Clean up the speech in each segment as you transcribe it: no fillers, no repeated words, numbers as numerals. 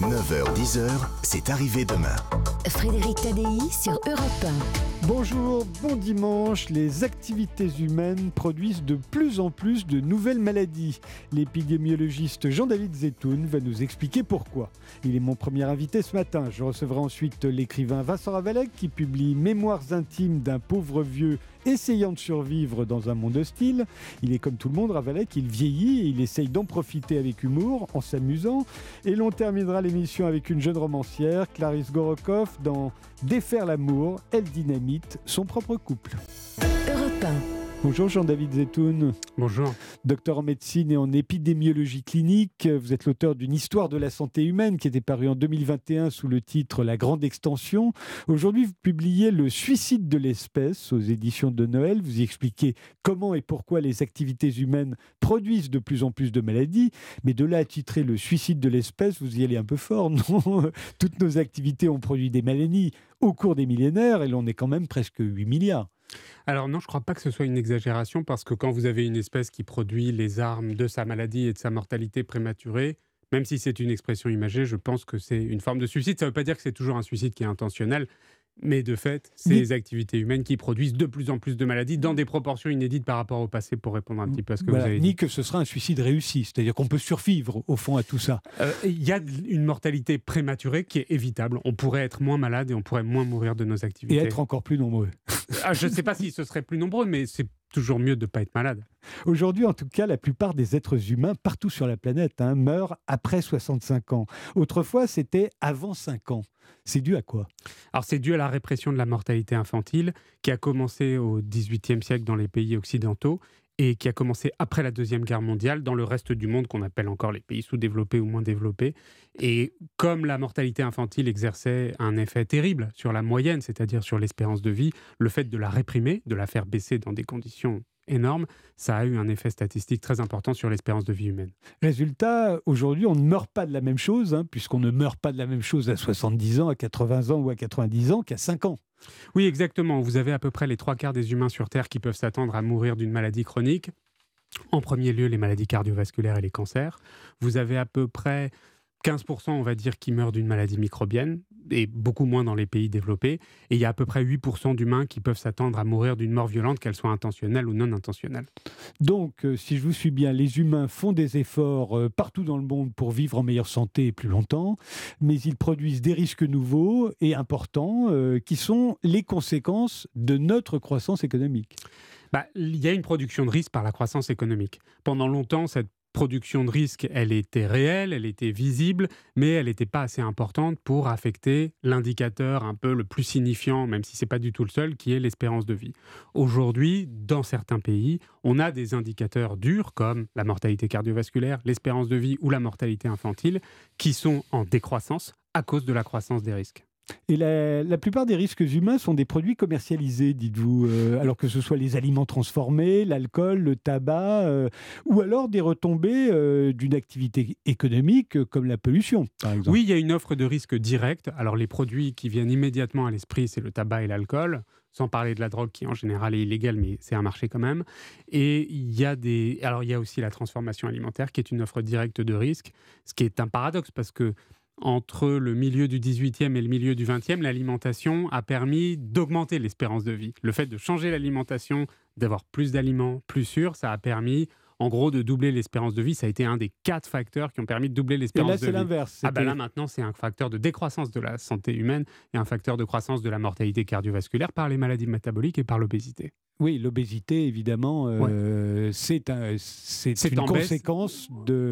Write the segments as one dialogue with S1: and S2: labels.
S1: 9h-10h, c'est arrivé demain.
S2: Frédéric Tadei sur Europe 1.
S3: Bonjour, bon dimanche. Les activités humaines produisent de plus en plus de nouvelles maladies. L'épidémiologiste Jean-David Zetoun va nous expliquer pourquoi. Il est mon premier invité ce matin. Je recevrai ensuite l'écrivain Vincent Ravalec qui publie Mémoires intimes d'un pauvre vieux essayant de survivre dans un monde hostile. Il est comme tout le monde, Ravalec, il vieillit et il essaye d'en profiter avec humour, en s'amusant. Et l'on terminera l'émission avec une jeune romancière, Clarisse Gorokoff, dans Défaire l'amour, elle dynamite son propre couple.
S2: Europe 1.
S3: Bonjour Jean-David Zetoun.
S4: Bonjour.
S3: Docteur en médecine et en épidémiologie clinique, vous êtes l'auteur d'une histoire de la santé humaine qui était parue en 2021 sous le titre La Grande Extension. Aujourd'hui, vous publiez Le suicide de l'espèce aux éditions de Noël. Vous y expliquez comment et pourquoi les activités humaines produisent de plus en plus de maladies. Mais de là à titrer Le suicide de l'espèce, vous y allez un peu fort, non ? Toutes nos activités ont produit des maladies au cours des millénaires et l'on est quand même presque 8 milliards.
S4: Alors non, je ne crois pas que ce soit une exagération parce que quand vous avez une espèce qui produit les armes de sa maladie et de sa mortalité prématurée, même si c'est une expression imagée, je pense que c'est une forme de suicide. Ça ne veut pas dire que c'est toujours un suicide qui est intentionnel, mais de fait, c'est les activités humaines qui produisent de plus en plus de maladies dans des proportions inédites par rapport au passé, pour répondre un petit peu à ce que vous avez dit.
S3: Ni que ce sera un suicide réussi, c'est-à-dire qu'on peut survivre au fond à tout ça.
S4: Il y a une mortalité prématurée qui est évitable. On pourrait être moins malade et on pourrait moins mourir de nos activités.
S3: Et être encore plus nombreux.
S4: Je ne sais pas si ce serait plus nombreux, mais c'est toujours mieux de ne pas être malade.
S3: Aujourd'hui, en tout cas, la plupart des êtres humains, partout sur la planète, meurent après 65 ans. Autrefois, c'était avant 5 ans. C'est dû à quoi ?
S4: Alors, c'est dû à la répression de la mortalité infantile qui a commencé au XVIIIe siècle dans les pays occidentaux et qui a commencé après la Deuxième Guerre mondiale dans le reste du monde qu'on appelle encore les pays sous-développés ou moins développés. Et comme la mortalité infantile exerçait un effet terrible sur la moyenne, c'est-à-dire sur l'espérance de vie, le fait de la réprimer, de la faire baisser dans des conditions énormes, ça a eu un effet statistique très important sur l'espérance de vie humaine.
S3: Résultat, aujourd'hui, on ne meurt pas de la même chose, puisqu'on ne meurt pas de la même chose à 70 ans, à 80 ans ou à 90 ans qu'à 5 ans.
S4: Oui, exactement. Vous avez à peu près les 3/4 des humains sur Terre qui peuvent s'attendre à mourir d'une maladie chronique. En premier lieu, les maladies cardiovasculaires et les cancers. Vous avez à peu près 15%, on va dire, qui meurent d'une maladie microbienne, et beaucoup moins dans les pays développés. Et il y a à peu près 8% d'humains qui peuvent s'attendre à mourir d'une mort violente, qu'elle soit intentionnelle ou non intentionnelle.
S3: Donc, si je vous suis bien, les humains font des efforts partout dans le monde pour vivre en meilleure santé et plus longtemps, mais ils produisent des risques nouveaux et importants qui sont les conséquences de notre croissance économique.
S4: Il y a une production de risques par la croissance économique. Pendant longtemps, cette production de risque, elle était réelle, elle était visible, mais elle n'était pas assez importante pour affecter l'indicateur un peu le plus signifiant, même si ce n'est pas du tout le seul, qui est l'espérance de vie. Aujourd'hui, dans certains pays, on a des indicateurs durs comme la mortalité cardiovasculaire, l'espérance de vie ou la mortalité infantile, qui sont en décroissance à cause de la croissance des risques.
S3: Et la plupart des risques humains sont des produits commercialisés, dites-vous, alors que ce soit les aliments transformés, l'alcool, le tabac, ou alors des retombées d'une activité économique comme la pollution, par exemple.
S4: Oui, il y a une offre de risque direct. Alors les produits qui viennent immédiatement à l'esprit, c'est le tabac et l'alcool, sans parler de la drogue qui en général est illégale, mais c'est un marché quand même. Et il y a aussi la transformation alimentaire qui est une offre directe de risque, ce qui est un paradoxe parce que entre le milieu du 18e et le milieu du 20e, l'alimentation a permis d'augmenter l'espérance de vie. Le fait de changer l'alimentation, d'avoir plus d'aliments plus sûrs, ça a permis, en gros, de doubler l'espérance de vie. Ça a été un des 4 facteurs qui ont permis de doubler l'espérance de vie.
S3: Et là, c'est l'inverse.
S4: Là, maintenant, c'est un facteur de décroissance de la santé humaine et un facteur de croissance de la mortalité cardiovasculaire par les maladies métaboliques et par l'obésité.
S3: Oui, l'obésité, évidemment, c'est une conséquence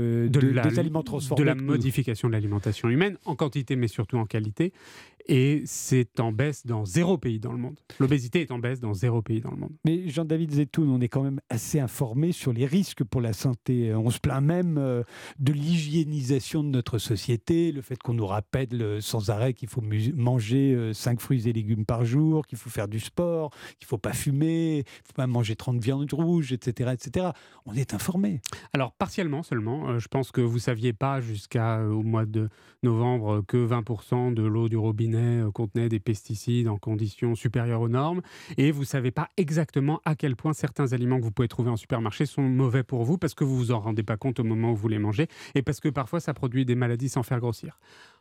S3: des aliments transformés.
S4: De la modification de l'alimentation humaine, en quantité, mais surtout en qualité. Et c'est en baisse dans 0 pays dans le monde. L'obésité est en baisse dans 0 pays dans le monde.
S3: Mais Jean-David Zetoun, on est quand même assez informé sur les risques pour la santé. On se plaint même de l'hygiénisation de notre société, le fait qu'on nous rappelle sans arrêt qu'il faut manger 5 fruits et légumes par jour, qu'il faut faire du sport, qu'il ne faut pas fumer, il ne faut pas manger 30 viandes rouges, etc., etc. On est informé.
S4: Alors, partiellement seulement. Je pense que vous ne saviez pas jusqu'au mois de novembre que 20% de l'eau du robinet contenait des pesticides en conditions supérieures aux normes. Et vous ne savez pas exactement à quel point certains aliments que vous pouvez trouver en supermarché sont mauvais pour vous parce que vous ne vous en rendez pas compte au moment où vous les mangez et parce que parfois ça produit des maladies sans faire grossir.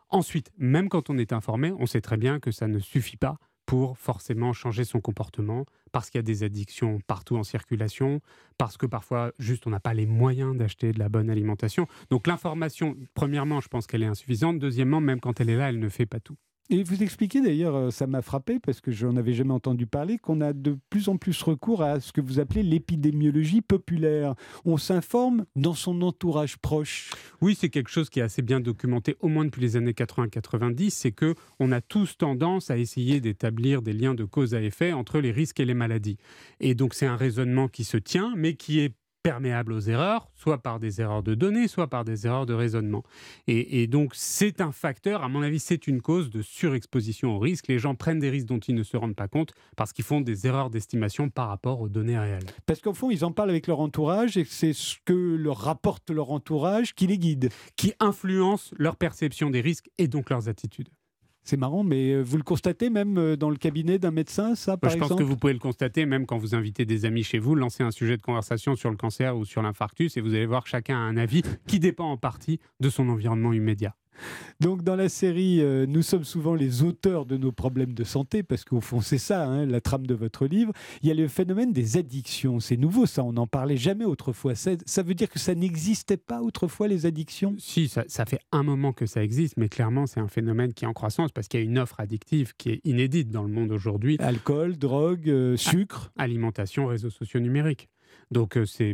S4: Ensuite, même quand on est informé, on sait très bien que ça ne suffit pas pour forcément changer son comportement, parce qu'il y a des addictions partout en circulation, parce que parfois, juste, on n'a pas les moyens d'acheter de la bonne alimentation. Donc l'information, premièrement, je pense qu'elle est insuffisante. Deuxièmement, même quand elle est là, elle ne fait pas tout.
S3: Et vous expliquez d'ailleurs, ça m'a frappé parce que je n'en avais jamais entendu parler, qu'on a de plus en plus recours à ce que vous appelez l'épidémiologie populaire. On s'informe dans son entourage proche.
S4: Oui, c'est quelque chose qui est assez bien documenté, au moins depuis les années 80-90, c'est qu'on a tous tendance à essayer d'établir des liens de cause à effet entre les risques et les maladies. Et donc c'est un raisonnement qui se tient, mais qui est perméable aux erreurs, soit par des erreurs de données, soit par des erreurs de raisonnement. Et donc, c'est un facteur, à mon avis, c'est une cause de surexposition au risque. Les gens prennent des risques dont ils ne se rendent pas compte parce qu'ils font des erreurs d'estimation par rapport aux données réelles.
S3: Parce qu'au fond, ils en parlent avec leur entourage et c'est ce que leur rapporte leur entourage qui les guide.
S4: Qui influence leur perception des risques et donc leurs attitudes.
S3: C'est marrant, mais vous le constatez même dans le cabinet d'un médecin, ça, par exemple ?
S4: Je pense que vous pouvez le constater même quand vous invitez des amis chez vous, lancez un sujet de conversation sur le cancer ou sur l'infarctus et vous allez voir chacun a un avis qui dépend en partie de son environnement immédiat.
S3: Donc dans la série, nous sommes souvent les auteurs de nos problèmes de santé, parce qu'au fond c'est ça, la trame de votre livre. Il y a le phénomène des addictions, c'est nouveau ça, on n'en parlait jamais autrefois. Ça veut dire que ça n'existait pas autrefois, les addictions ?
S4: Si, ça fait un moment que ça existe, mais clairement c'est un phénomène qui est en croissance parce qu'il y a une offre addictive qui est inédite dans le monde aujourd'hui.
S3: Alcool, drogue, sucre.
S4: Alimentation, réseaux sociaux numériques. Donc c'est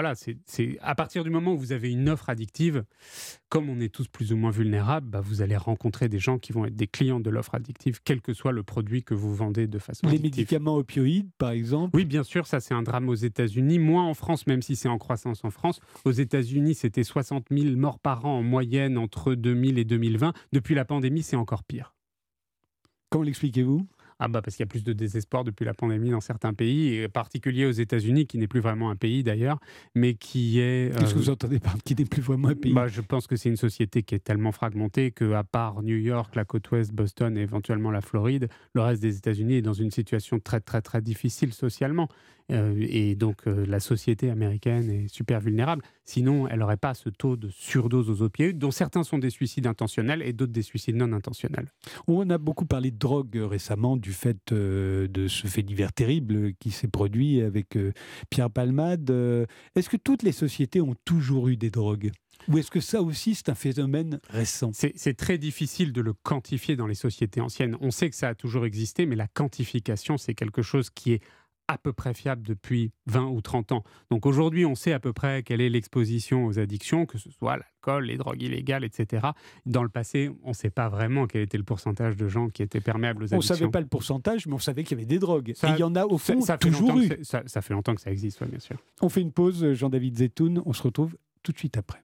S4: à partir du moment où vous avez une offre addictive, comme on est tous plus ou moins vulnérables, vous allez rencontrer des gens qui vont être des clients de l'offre addictive, quel que soit le produit que vous vendez de façon addictive.
S3: Les médicaments opioïdes, par exemple ?
S4: Oui, bien sûr, ça c'est un drame aux États-Unis, moins en France, même si c'est en croissance en France. Aux États-Unis, c'était 60 000 morts par an en moyenne entre 2000 et 2020. Depuis la pandémie, c'est encore pire.
S3: Comment l'expliquez-vous ?
S4: Parce qu'il y a plus de désespoir depuis la pandémie dans certains pays, et en particulier aux États-Unis, qui n'est plus vraiment un pays d'ailleurs, mais qui est...
S3: Qu'est-ce que vous entendez par qui n'est plus vraiment un pays ?
S4: Je pense que c'est une société qui est tellement fragmentée qu'à part New York, la côte ouest, Boston et éventuellement la Floride, le reste des États-Unis est dans une situation très très très difficile socialement. Et donc la société américaine est super vulnérable. Sinon, elle n'aurait pas ce taux de surdose aux opioïdes, dont certains sont des suicides intentionnels et d'autres des suicides non intentionnels.
S3: On a beaucoup parlé de drogue récemment, du fait de ce fait divers terrible qui s'est produit avec Pierre Palmade. Est-ce que toutes les sociétés ont toujours eu des drogues ? Ou est-ce que ça aussi, c'est un phénomène récent ?
S4: C'est très difficile de le quantifier dans les sociétés anciennes. On sait que ça a toujours existé, mais la quantification, c'est quelque chose qui est à peu près fiable depuis 20 ou 30 ans. Donc aujourd'hui, on sait à peu près quelle est l'exposition aux addictions, que ce soit l'alcool, les drogues illégales, etc. Dans le passé, on ne sait pas vraiment quel était le pourcentage de gens qui étaient perméables aux addictions.
S3: On ne savait pas le pourcentage, mais on savait qu'il y avait des drogues. Et il y en a au fond toujours eu.
S4: Ça fait longtemps que ça existe, ouais, bien sûr.
S3: On fait une pause, Jean-David Zetoun. On se retrouve tout de suite après.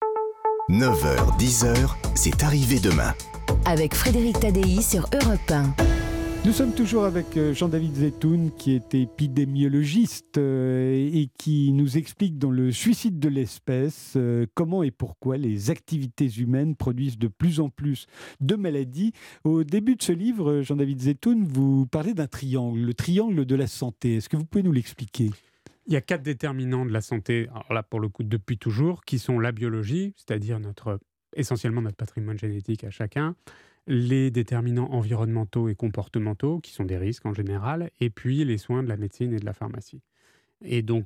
S1: 9h, 10h, c'est arrivé demain.
S2: Avec Frédéric Tadei sur Europe 1.
S3: Nous sommes toujours avec Jean-David Zetoun, qui est épidémiologiste et qui nous explique dans Le suicide de l'espèce comment et pourquoi les activités humaines produisent de plus en plus de maladies. Au début de ce livre, Jean-David Zetoun, vous parlez d'un triangle, le triangle de la santé. Est-ce que vous pouvez nous l'expliquer ?
S4: Il y a 4 déterminants de la santé, alors là pour le coup depuis toujours, qui sont la biologie, c'est-à-dire essentiellement notre patrimoine génétique à chacun, les déterminants environnementaux et comportementaux, qui sont des risques en général, et puis les soins de la médecine et de la pharmacie. Et donc,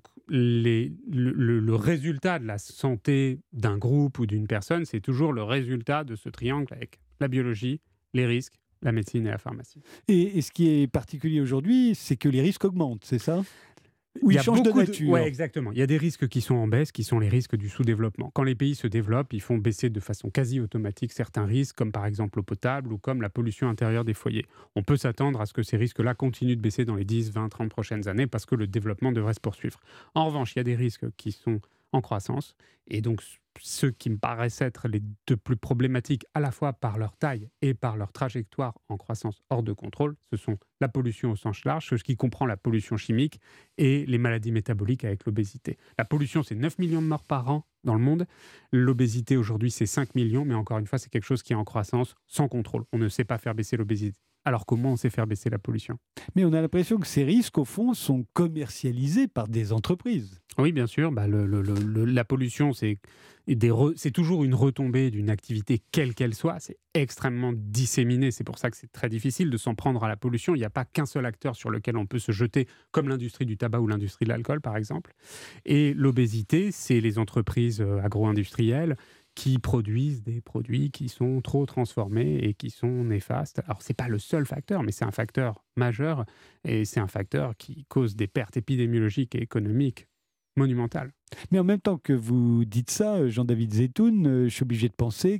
S4: le résultat de la santé d'un groupe ou d'une personne, c'est toujours le résultat de ce triangle avec la biologie, les risques, la médecine et la pharmacie.
S3: Et ce qui est particulier aujourd'hui, c'est que les risques augmentent, c'est ça ? Ou ils changent de nature.
S4: Oui, exactement. Il y a des risques qui sont en baisse, qui sont les risques du sous-développement. Quand les pays se développent, ils font baisser de façon quasi automatique certains risques, comme par exemple l'eau potable ou comme la pollution intérieure des foyers. On peut s'attendre à ce que ces risques-là continuent de baisser dans les 10, 20, 30 prochaines années parce que le développement devrait se poursuivre. En revanche, il y a des risques qui sont en croissance et donc ceux qui me paraissent être les deux plus problématiques à la fois par leur taille et par leur trajectoire en croissance hors de contrôle, ce sont la pollution au sens large, ce qui comprend la pollution chimique et les maladies métaboliques avec l'obésité. La pollution, c'est 9 millions de morts par an dans le monde. L'obésité, aujourd'hui, c'est 5 millions, mais encore une fois, c'est quelque chose qui est en croissance sans contrôle. On ne sait pas faire baisser Alors comment on sait faire baisser la pollution ?
S3: Mais on a l'impression que ces risques, au fond, sont commercialisés par des entreprises.
S4: Oui, bien sûr. La pollution, c'est toujours une retombée d'une activité quelle qu'elle soit. C'est extrêmement disséminé. C'est pour ça que c'est très difficile de s'en prendre à la pollution. Il n'y a pas qu'un seul acteur sur lequel on peut se jeter, comme l'industrie du tabac ou l'industrie de l'alcool, par exemple. Et l'obésité, c'est les entreprises agro-industrielles qui produisent des produits qui sont trop transformés et qui sont néfastes. Alors, ce n'est pas le seul facteur, mais c'est un facteur majeur et c'est un facteur qui cause des pertes épidémiologiques et économiques monumentales.
S3: Mais en même temps que vous dites ça, Jean-David Zeytoun, je suis obligé de penser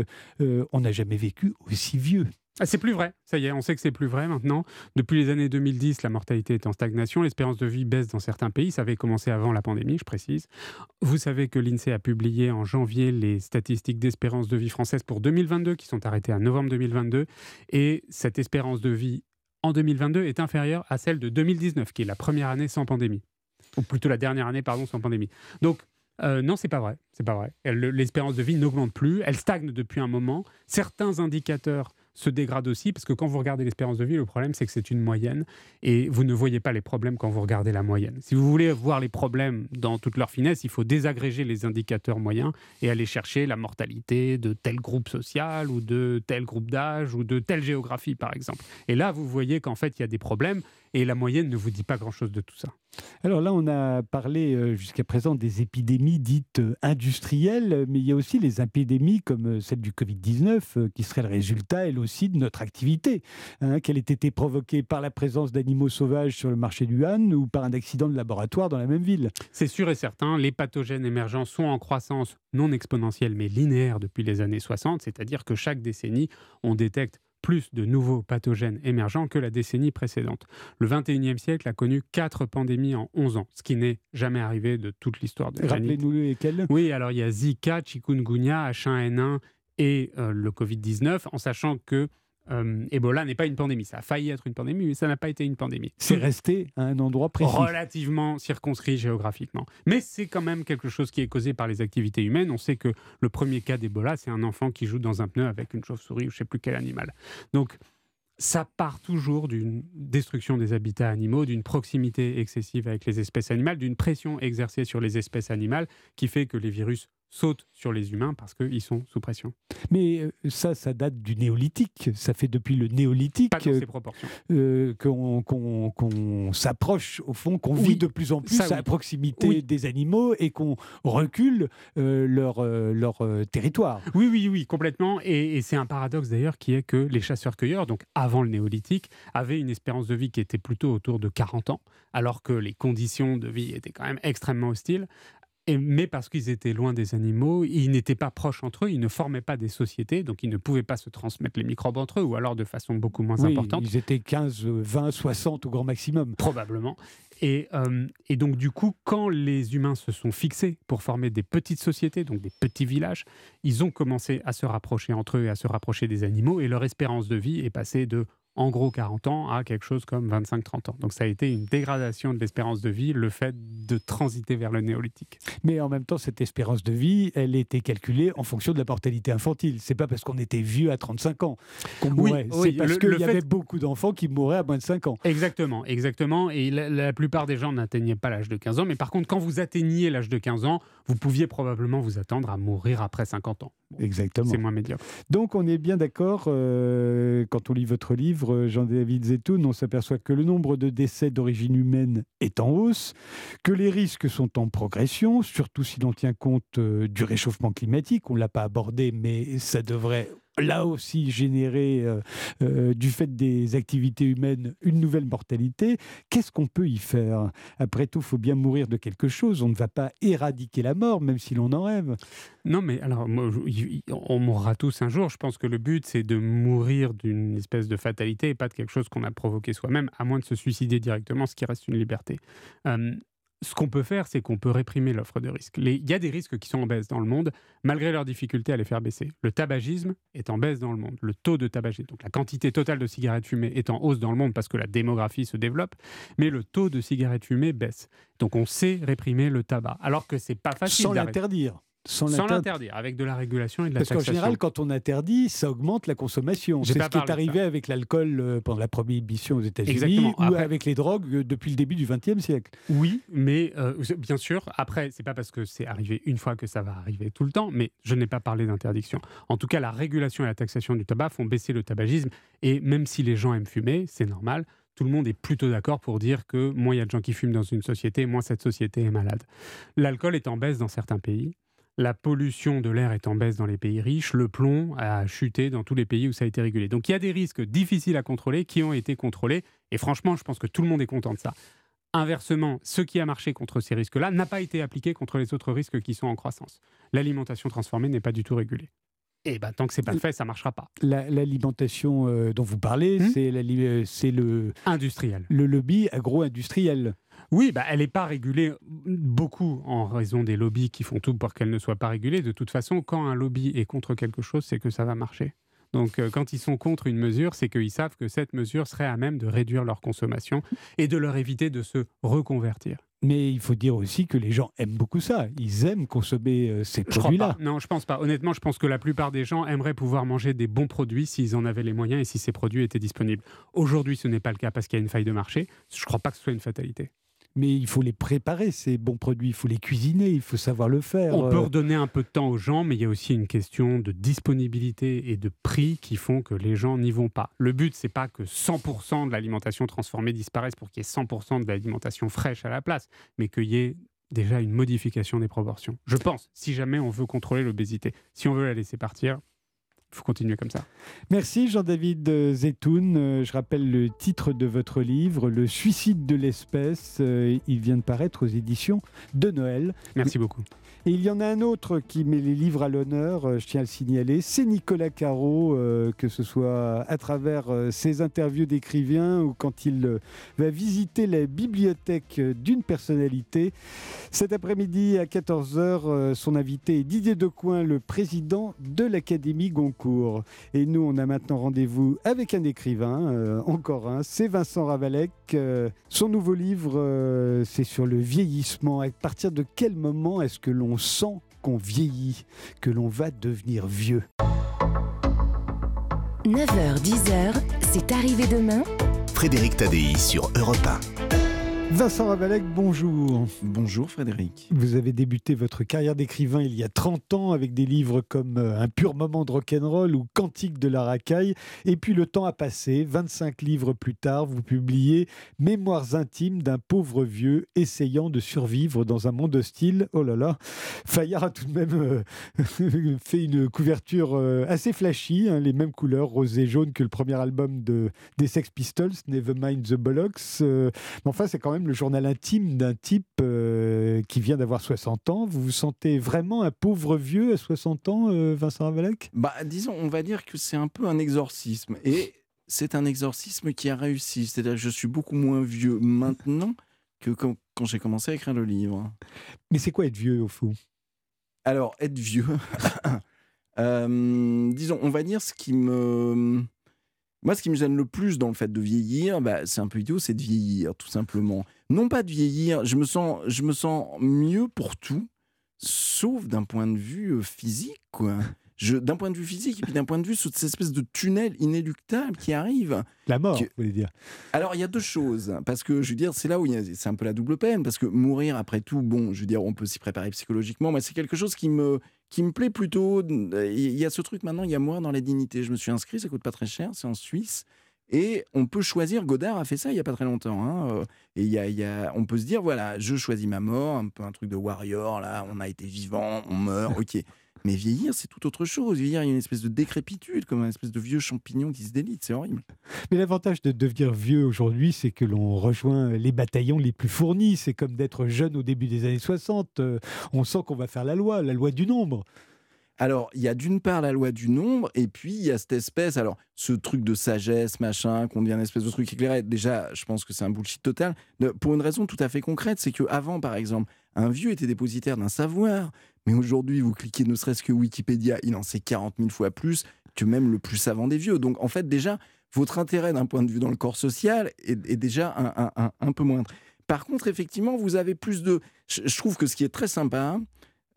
S3: qu'on n'a jamais vécu aussi vieux.
S4: Ah, c'est plus vrai, ça y est, on sait que c'est plus vrai maintenant. Depuis les années 2010, la mortalité est en stagnation, l'espérance de vie baisse dans certains pays, ça avait commencé avant la pandémie, je précise. Vous savez que l'INSEE a publié en janvier les statistiques d'espérance de vie française pour 2022, qui sont arrêtées à novembre 2022, et cette espérance de vie en 2022 est inférieure à celle de 2019, qui est la première année sans pandémie. Ou plutôt la dernière année, sans pandémie. Donc, non, c'est pas vrai. L'espérance de vie n'augmente plus, elle stagne depuis un moment. Certains indicateurs se dégradent aussi, parce que quand vous regardez l'espérance de vie, le problème, c'est que c'est une moyenne, et vous ne voyez pas les problèmes quand vous regardez la moyenne. Si vous voulez voir les problèmes dans toute leur finesse, il faut désagréger les indicateurs moyens et aller chercher la mortalité de tel groupe social, ou de tel groupe d'âge, ou de telle géographie, par exemple. Et là, vous voyez qu'en fait, il y a des problèmes, et la moyenne ne vous dit pas grand-chose de tout ça.
S3: Alors là, on a parlé jusqu'à présent des épidémies dites industrielles, mais il y a aussi les épidémies comme celle du Covid-19, qui serait le résultat, elle aussi, de notre activité, qu'elle ait été provoquée par la présence d'animaux sauvages sur le marché du Han ou par un accident de laboratoire dans la même ville.
S4: C'est sûr et certain, les pathogènes émergents sont en croissance non exponentielle, mais linéaire depuis les années 60, c'est-à-dire que chaque décennie, on détecte plus de nouveaux pathogènes émergents que la décennie précédente. Le 21e siècle a connu 4 pandémies en 11 ans, ce qui n'est jamais arrivé de toute l'histoire de l'humanité.
S3: Rappelez-nous lesquelles ?
S4: Oui, alors il y a Zika, Chikungunya, H1N1 et le Covid-19, en sachant que Ebola n'est pas une pandémie. Ça a failli être une pandémie, mais ça n'a pas été une pandémie.
S3: C'est resté à un endroit précis.
S4: Relativement circonscrit géographiquement. Mais c'est quand même quelque chose qui est causé par les activités humaines. On sait que le premier cas d'Ebola, c'est un enfant qui joue dans un pneu avec une chauve-souris ou je ne sais plus quel animal. Donc, ça part toujours d'une destruction des habitats animaux, d'une proximité excessive avec les espèces animales, d'une pression exercée sur les espèces animales qui fait que les virus sautent sur les humains parce qu'ils sont sous pression.
S3: Mais ça date du néolithique. Ça fait depuis le néolithique
S4: pas dans ces proportions.
S3: Qu'on s'approche, au fond, qu'on vit de plus en plus à la proximité des animaux et qu'on recule leur territoire.
S4: Oui, complètement. Et c'est un paradoxe d'ailleurs qui est que les chasseurs-cueilleurs, donc avant le néolithique, avaient une espérance de vie qui était plutôt autour de 40 ans, alors que les conditions de vie étaient quand même extrêmement hostiles. Mais parce qu'ils étaient loin des animaux, ils n'étaient pas proches entre eux, ils ne formaient pas des sociétés, donc ils ne pouvaient pas se transmettre les microbes entre eux, ou alors de façon beaucoup moins importante.
S3: Ils étaient 15, 20, 60 au grand maximum.
S4: Probablement. Et donc du coup, quand les humains se sont fixés pour former des petites sociétés, donc des petits villages, ils ont commencé à se rapprocher entre eux et à se rapprocher des animaux, et leur espérance de vie est passée de en gros 40 ans à quelque chose comme 25-30 ans. Donc ça a été une dégradation de l'espérance de vie, le fait de transiter vers le néolithique.
S3: Mais en même temps, cette espérance de vie, elle était calculée en fonction de la mortalité infantile. C'est pas parce qu'on était vieux à 35 ans qu'on mourait. C'est parce qu'il y avait beaucoup d'enfants qui mouraient à moins de 5 ans.
S4: Exactement. Et la plupart des gens n'atteignaient pas l'âge de 15 ans. Mais par contre, quand vous atteigniez l'âge de 15 ans, vous pouviez probablement vous attendre à mourir après 50 ans. Bon,
S3: exactement.
S4: C'est moins médiocre.
S3: Donc on est bien d'accord, quand on lit votre livre, Jean-David Zeytoun, on s'aperçoit que le nombre de décès d'origine humaine est en hausse, que les risques sont en progression, surtout si l'on tient compte du réchauffement climatique. On ne l'a pas abordé, mais ça devrait là aussi générer, du fait des activités humaines, une nouvelle mortalité. Qu'est-ce qu'on peut y faire ? Après tout, il faut bien mourir de quelque chose. On ne va pas éradiquer la mort, même si l'on en rêve.
S4: Non, mais alors, on mourra tous un jour. Je pense que le but, c'est de mourir d'une espèce de fatalité et pas de quelque chose qu'on a provoqué soi-même, à moins de se suicider directement, ce qui reste une liberté. Ce qu'on peut faire, c'est qu'on peut réprimer l'offre de risques. Il y a des risques qui sont en baisse dans le monde, malgré leur difficulté à les faire baisser. Le tabagisme est en baisse dans le monde. Le taux de tabagisme, donc la quantité totale de cigarettes fumées, est en hausse dans le monde parce que la démographie se développe, mais le taux de cigarettes fumées baisse. Donc on sait réprimer le tabac, alors que c'est pas facile
S3: sans l'interdire. Sans
S4: l'interdire, avec de la régulation et de la taxation.
S3: Parce qu'en général, quand on interdit, ça augmente la consommation. C'est ce qui est arrivé avec l'alcool pendant la prohibition aux États-Unis ou avec les drogues depuis le début du XXe siècle.
S4: Oui, mais bien sûr, après, c'est pas parce que c'est arrivé une fois que ça va arriver tout le temps, mais je n'ai pas parlé d'interdiction. En tout cas, la régulation et la taxation du tabac font baisser le tabagisme, et même si les gens aiment fumer, c'est normal, tout le monde est plutôt d'accord pour dire que moins il y a de gens qui fument dans une société, moins cette société est malade. L'alcool est en baisse dans certains pays. La pollution de l'air est en baisse dans les pays riches, le plomb a chuté dans tous les pays où ça a été régulé. Donc il y a des risques difficiles à contrôler qui ont été contrôlés, et franchement, je pense que tout le monde est content de ça. Inversement, ce qui a marché contre ces risques-là n'a pas été appliqué contre les autres risques qui sont en croissance. L'alimentation transformée n'est pas du tout régulée. Et tant que c'est pas fait, ça marchera pas.
S3: L'alimentation dont vous parlez, c'est le
S4: industriel.
S3: Le lobby agro-industriel.
S4: Oui, elle n'est pas régulée beaucoup en raison des lobbies qui font tout pour qu'elle ne soit pas régulée. De toute façon, quand un lobby est contre quelque chose, c'est que ça va marcher. Donc, quand ils sont contre une mesure, c'est qu'ils savent que cette mesure serait à même de réduire leur consommation et de leur éviter de se reconvertir.
S3: Mais il faut dire aussi que les gens aiment beaucoup ça. Ils aiment consommer ces produits-là.
S4: Non, je pense pas. Honnêtement, je pense que la plupart des gens aimeraient pouvoir manger des bons produits s'ils en avaient les moyens et si ces produits étaient disponibles. Aujourd'hui, ce n'est pas le cas parce qu'il y a une faille de marché. Je ne crois pas que ce soit une fatalité.
S3: Mais il faut les préparer, ces bons produits. Il faut les cuisiner, il faut savoir le faire.
S4: On peut redonner un peu de temps aux gens, mais il y a aussi une question de disponibilité et de prix qui font que les gens n'y vont pas. Le but, c'est pas que 100% de l'alimentation transformée disparaisse pour qu'il y ait 100% de l'alimentation fraîche à la place, mais qu'il y ait déjà une modification des proportions. Je pense, si jamais on veut contrôler l'obésité, si on veut la laisser partir, il faut continuer comme ça.
S3: Merci Jean-David Zetoun. Je rappelle le titre de votre livre, Le suicide de l'espèce. Il vient de paraître aux éditions de Noël.
S4: Merci beaucoup.
S3: Et il y en a un autre qui met les livres à l'honneur, je tiens à le signaler, c'est Nicolas Caro, que ce soit à travers ses interviews d'écrivain ou quand il va visiter la bibliothèque d'une personnalité. Cet après-midi à 14h, son invité est Didier Decoing, le président de l'Académie Goncourt. Et nous, on a maintenant rendez-vous avec un écrivain, encore un, c'est Vincent Ravalec. Son nouveau livre, c'est sur le vieillissement. À partir de quel moment est-ce que l'on sent qu'on vieillit, que l'on va devenir vieux?
S2: 9h, 10h, c'est arrivé demain.
S1: Frédéric Tadei sur Europe 1.
S3: Vincent Ravalec, bonjour.
S5: Bonjour Frédéric.
S3: Vous avez débuté votre carrière d'écrivain il y a 30 ans avec des livres comme Un pur moment de rock'n'roll ou Cantique de la racaille. Et puis le temps a passé, 25 livres plus tard, vous publiez Mémoires intimes d'un pauvre vieux essayant de survivre dans un monde hostile. Oh là là, Fayard a tout de même fait une couverture assez flashy, les mêmes couleurs, rose et jaune que le premier album des Sex Pistols, Nevermind the Bollocks. Mais enfin, c'est quand même le journal intime d'un type qui vient d'avoir 60 ans. Vous vous sentez vraiment un pauvre vieux à 60 ans, Vincent Ravalec ?
S5: Disons, on va dire que c'est un peu un exorcisme. Et c'est un exorcisme qui a réussi. C'est-à-dire que je suis beaucoup moins vieux maintenant que quand j'ai commencé à écrire le livre.
S3: Mais c'est quoi être vieux, au fond ?
S5: Alors, être vieux... disons, on va dire ce qui me gêne le plus dans le fait de vieillir, c'est un peu idiot, c'est de vieillir, tout simplement. Non pas de vieillir, je me sens mieux pour tout, sauf d'un point de vue physique, quoi. D'un point de vue physique, et puis d'un point de vue sous cette espèce de tunnel inéluctable qui arrive.
S3: La mort, vous voulez dire ?
S5: Alors, il y a deux choses, parce que, je veux dire, c'est là où c'est un peu la double peine, parce que mourir, après tout, bon, je veux dire, on peut s'y préparer psychologiquement, mais c'est quelque chose qui me plaît plutôt. Il y a ce truc maintenant, il y a mourir dans la dignité. Je me suis inscrit, ça coûte pas très cher, c'est en Suisse. Et on peut choisir, Godard a fait ça il n'y a pas très longtemps. Et on peut se dire, voilà, je choisis ma mort, un peu un truc de warrior, là, on a été vivant, on meurt, ok. Mais vieillir, c'est tout autre chose. Vieillir, il y a une espèce de décrépitude, comme un espèce de vieux champignon qui se délite, c'est horrible.
S3: Mais l'avantage de devenir vieux aujourd'hui, c'est que l'on rejoint les bataillons les plus fournis. C'est comme d'être jeune au début des années 60. On sent qu'on va faire la loi du nombre.
S5: Alors, il y a d'une part la loi du nombre, et puis il y a cette espèce, alors ce truc de sagesse, machin, qu'on devient une espèce de truc éclairé. Déjà, je pense que c'est un bullshit total, pour une raison tout à fait concrète, c'est qu'avant, par exemple, un vieux était dépositaire d'un savoir, mais aujourd'hui, vous cliquez ne serait-ce que Wikipédia, il en sait 40 000 fois plus que même le plus savant des vieux. Donc, en fait, déjà, votre intérêt d'un point de vue dans le corps social est déjà un peu moindre. Par contre, effectivement, vous avez plus de... Je trouve que ce qui est très sympa...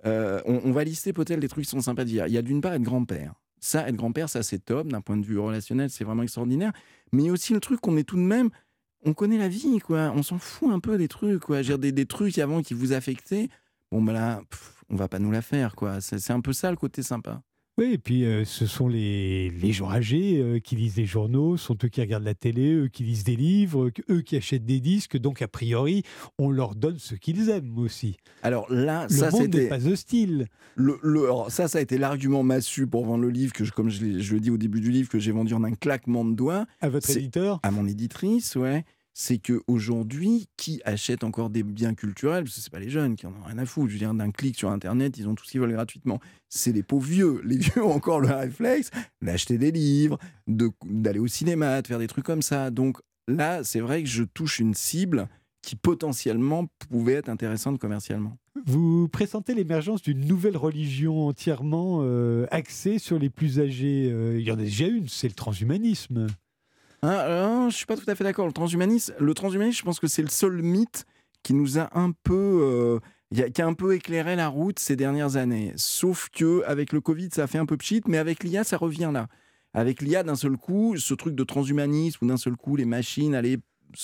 S5: On va lister peut-être les trucs qui sont sympas à dire. Il y a d'une part être grand-père. Ça, être grand-père, ça c'est top. D'un point de vue relationnel, c'est vraiment extraordinaire. Mais il y a aussi le truc qu'on est tout de même... On connaît la vie, quoi. On s'en fout un peu des trucs, quoi. Je veux dire, des trucs avant qui vous affectaient. Bon, ben là, on va pas nous la faire, quoi. C'est un peu ça le côté sympa.
S3: Oui, et puis ce sont les gens âgés qui lisent des journaux, sont eux qui regardent la télé, eux qui lisent des livres, eux qui achètent des disques. Donc, a priori, on leur donne ce qu'ils aiment aussi.
S5: Alors là,
S3: Le
S5: ça
S3: monde
S5: c'était...
S3: n'est pas hostile.
S5: Alors ça a été l'argument massu pour vendre le livre, comme je le dis au début du livre, que j'ai vendu en un claquement de doigts.
S3: À votre éditeur ?
S5: À mon éditrice, ouais. C'est qu'aujourd'hui, qui achète encore des biens culturels? Parce que ce n'est pas les jeunes qui en ont rien à foutre. Je veux dire, d'un clic sur Internet, ils ont tout ce qu'ils veulent gratuitement. C'est les pauvres vieux. Les vieux ont encore le réflexe d'acheter des livres, d'aller au cinéma, de faire des trucs comme ça. Donc là, c'est vrai que je touche une cible qui potentiellement pouvait être intéressante commercialement.
S3: Vous pressentez l'émergence d'une nouvelle religion entièrement axée sur les plus âgés. Il y en a déjà une, c'est le transhumanisme.
S5: Je ne suis pas tout à fait d'accord. Le transhumanisme, je pense que c'est le seul mythe qui nous a un peu... qui a un peu éclairé la route ces dernières années. Sauf qu'avec le Covid, ça a fait un peu pchit, mais avec l'IA, ça revient là. Avec l'IA, d'un seul coup, ce truc de transhumanisme, où d'un seul coup, les machines allaient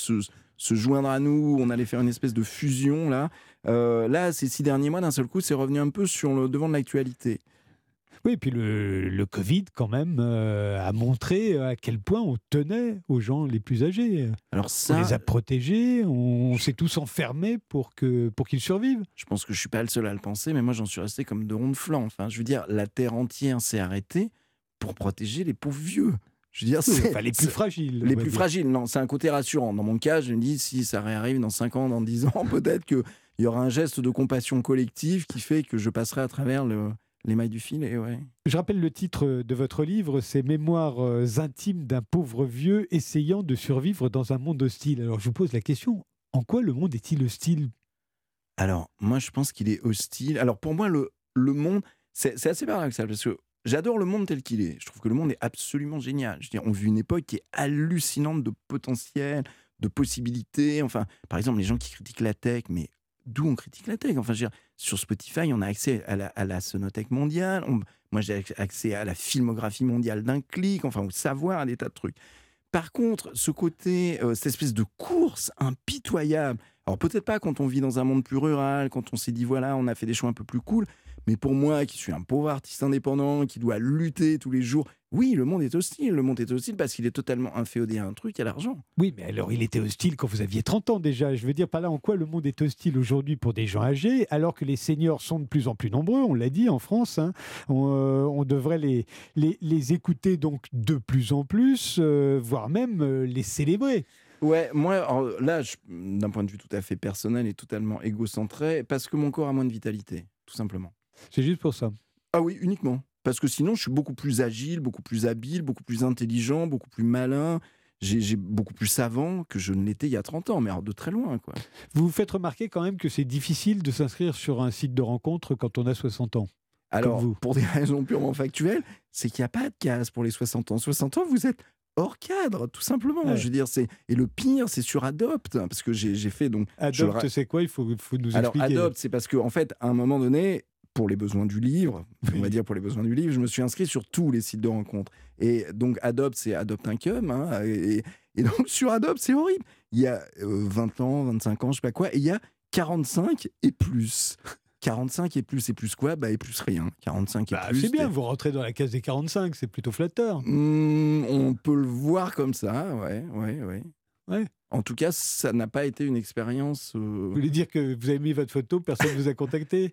S5: se joindre à nous, on allait faire une espèce de fusion, là. Là, ces 6 derniers mois, d'un seul coup, c'est revenu un peu sur le devant de l'actualité.
S3: Oui, et puis le Covid, quand même, a montré à quel point on tenait aux gens les plus âgés.
S5: Alors ça,
S3: on les a protégés, on s'est tous enfermés pour qu'ils survivent.
S5: Je pense que je ne suis pas le seul à le penser, mais moi, j'en suis resté comme de ronds de flanc. Enfin, je veux dire, la Terre entière s'est arrêtée pour protéger les pauvres vieux. Je veux dire,
S3: les plus fragiles.
S5: Les plus fragiles, non, c'est un côté rassurant. Dans mon cas, je me dis, si ça réarrive dans 5 ans, dans 10 ans, peut-être qu'il y aura un geste de compassion collective qui fait que je passerai à travers les mailles du filet, ouais.
S3: Je rappelle le titre de votre livre, c'est Mémoires intimes d'un pauvre vieux essayant de survivre dans un monde hostile. Alors je vous pose la question, en quoi le monde est-il hostile ?
S5: Alors, moi je pense qu'il est hostile. Alors pour moi, le monde, c'est assez paradoxal, parce que j'adore le monde tel qu'il est. Je trouve que le monde est absolument génial. Je veux dire, on vit une époque qui est hallucinante de potentiel, de possibilités. Enfin, par exemple, les gens qui critiquent la tech, mais d'où on critique la tech? Enfin, je veux dire, sur Spotify, on a accès à la sonothèque mondiale. Moi, j'ai accès à la filmographie mondiale d'un clic. Enfin, au savoir, à des tas de trucs. Par contre, ce côté, cette espèce de course impitoyable. Alors, peut-être pas quand on vit dans un monde plus rural, quand on s'est dit, voilà, on a fait des choix un peu plus cool. Mais pour moi, qui suis un pauvre artiste indépendant, qui doit lutter tous les jours, oui, le monde est hostile. Le monde est hostile parce qu'il est totalement inféodé à un truc, à l'argent.
S3: Oui, mais alors il était hostile quand vous aviez 30 ans déjà. Je veux dire par là en quoi le monde est hostile aujourd'hui pour des gens âgés, alors que les seniors sont de plus en plus nombreux, on l'a dit en France. Hein. On devrait les écouter donc de plus en plus, voire même les célébrer.
S5: Ouais, moi, alors là, d'un point de vue tout à fait personnel et totalement égocentré, parce que mon corps a moins de vitalité, tout simplement.
S3: C'est juste pour ça.
S5: Ah oui, uniquement. Parce que sinon, je suis beaucoup plus agile, beaucoup plus habile, beaucoup plus intelligent, beaucoup plus malin. J'ai beaucoup plus savant que je ne l'étais il y a 30 ans, mais alors de très loin, quoi.
S3: Vous vous faites remarquer quand même que c'est difficile de s'inscrire sur un site de rencontre quand on a 60 ans.
S5: Alors, pour des raisons purement factuelles, c'est qu'il n'y a pas de case pour les 60 ans. 60 ans, vous êtes hors cadre, tout simplement. Ouais. Je veux dire, et le pire, c'est sur Adopt, parce que j'ai fait donc.
S3: Adopt, c'est quoi? Il faut nous expliquer.
S5: Alors, Adopt, c'est parce que en fait, à un moment donné, pour les besoins du livre, on va dire pour les besoins du livre, je me suis inscrit sur tous les sites de rencontres. Et donc, Adopt, c'est Adopt un cum. Hein, et donc, sur Adopt, c'est horrible. Il y a 20 ans, 25 ans, je sais pas quoi, et il y a 45 et plus. 45 et plus quoi? Et plus rien. 45 et plus.
S3: C'est bien, vous rentrez dans la case des 45, c'est plutôt flatteur.
S5: On peut le voir comme ça, ouais. En tout cas, ça n'a pas été une expérience...
S3: Vous voulez dire que vous avez mis votre photo, personne ne vous a contacté?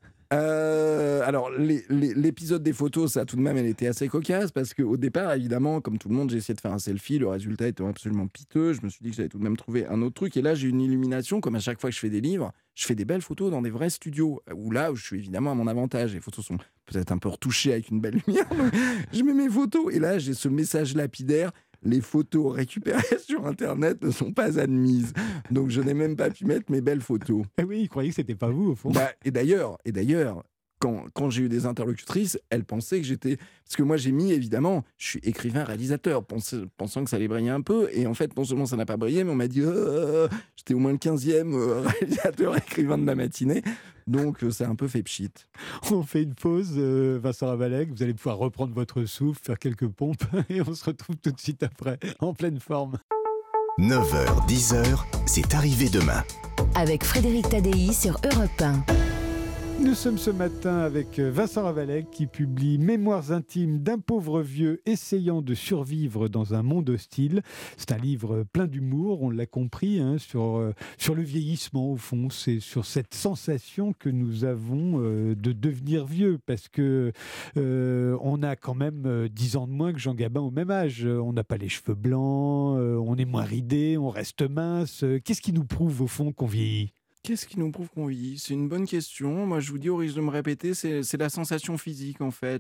S5: Alors, l'épisode des photos, ça tout de même, elle était assez cocasse parce qu'au départ, évidemment, comme tout le monde, j'ai essayé de faire un selfie, le résultat était absolument piteux. Je me suis dit que j'allais tout de même trouver un autre truc. Et là, j'ai une illumination, comme à chaque fois que je fais des livres, je fais des belles photos dans des vrais studios où je suis évidemment à mon avantage. Les photos sont peut-être un peu retouchées avec une belle lumière. Donc je mets mes photos et là, j'ai ce message lapidaire. Les photos récupérées sur Internet ne sont pas admises. Donc, je n'ai même pas pu mettre mes belles photos.
S3: Eh oui, il croyait que c'était pas vous, au fond.
S5: Et d'ailleurs, quand j'ai eu des interlocutrices, elles pensaient que j'étais... Parce que moi, j'ai mis, évidemment, je suis écrivain-réalisateur, pensant que ça allait briller un peu. Et en fait, non seulement ça n'a pas brillé, mais on m'a dit j'étais au moins le 15e réalisateur-écrivain de la matinée. Donc, ça a un peu fait pchit.
S3: On fait une pause, Vincent Ravalec. Vous allez pouvoir reprendre votre souffle, faire quelques pompes. Et on se retrouve tout de suite après, en pleine forme.
S1: 9h, 10h, c'est arrivé demain.
S2: Avec Frédéric Tadei sur Europe 1.
S3: Nous sommes ce matin avec Vincent Ravalec qui publie Mémoires intimes d'un pauvre vieux essayant de survivre dans un monde hostile. C'est un livre plein d'humour, on l'a compris, sur le vieillissement au fond. C'est sur cette sensation que nous avons de devenir vieux parce que on a quand même 10 ans de moins que Jean Gabin au même âge. On n'a pas les cheveux blancs, on est moins ridé, on reste mince. Qu'est-ce qui nous prouve au fond qu'on vieillit ?
S5: Qu'est-ce qui nous prouve qu'on vieillit ? C'est une bonne question. Moi, je vous dis, au risque de me répéter, c'est la sensation physique, en fait.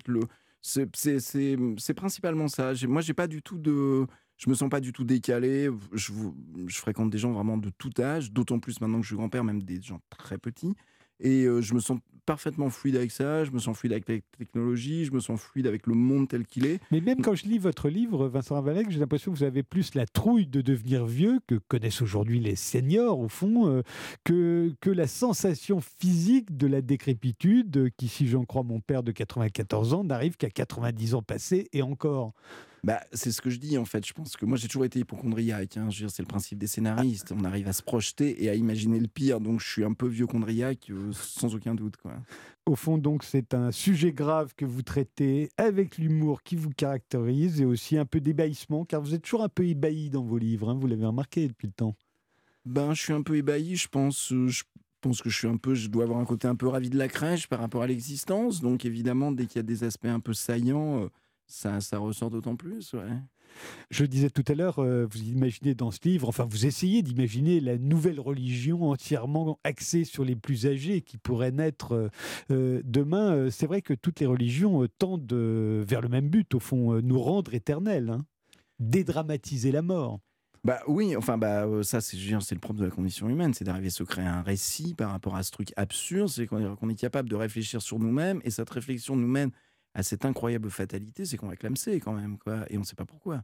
S5: C'est principalement ça. Moi, j'ai pas du tout je me sens pas du tout décalé. Je fréquente des gens vraiment de tout âge, d'autant plus maintenant que je suis grand-père, même des gens très petits. Et je me sens parfaitement fluide avec ça, je me sens fluide avec la technologie, je me sens fluide avec le monde tel qu'il est.
S3: Mais même quand je lis votre livre, Vincent Ravalec, j'ai l'impression que vous avez plus la trouille de devenir vieux, que connaissent aujourd'hui les seniors, au fond, que la sensation physique de la décrépitude, qui, si j'en crois mon père de 94 ans, n'arrive qu'à 90 ans passés et encore.
S5: C'est ce que je dis en fait. Je pense que moi j'ai toujours été hypochondriaque. Je veux dire, c'est le principe des scénaristes. On arrive à se projeter et à imaginer le pire. Donc je suis un peu vieux chondriaque sans aucun doute, quoi.
S3: Au fond, donc, c'est un sujet grave que vous traitez avec l'humour qui vous caractérise et aussi un peu d'ébahissement, car vous êtes toujours un peu ébahi dans vos livres. Vous l'avez remarqué depuis le temps.
S5: Je suis un peu ébahi. Je pense que je dois avoir un côté un peu ravi de la crèche par rapport à l'existence. Donc évidemment, dès qu'il y a des aspects un peu saillants. Ça ressort d'autant plus, ouais.
S3: Je le disais tout à l'heure, vous imaginez dans ce livre, enfin vous essayez d'imaginer la nouvelle religion entièrement axée sur les plus âgés qui pourrait naître demain. C'est vrai que toutes les religions tendent vers le même but, au fond, nous rendre éternels, dédramatiser la mort.
S5: Oui, ça c'est le propre de la condition humaine, c'est d'arriver à se créer un récit par rapport à ce truc absurde, c'est qu'on est capable de réfléchir sur nous-mêmes, et cette réflexion nous mène à cette incroyable fatalité, c'est qu'on va clamser quand même, quoi, et on ne sait pas pourquoi.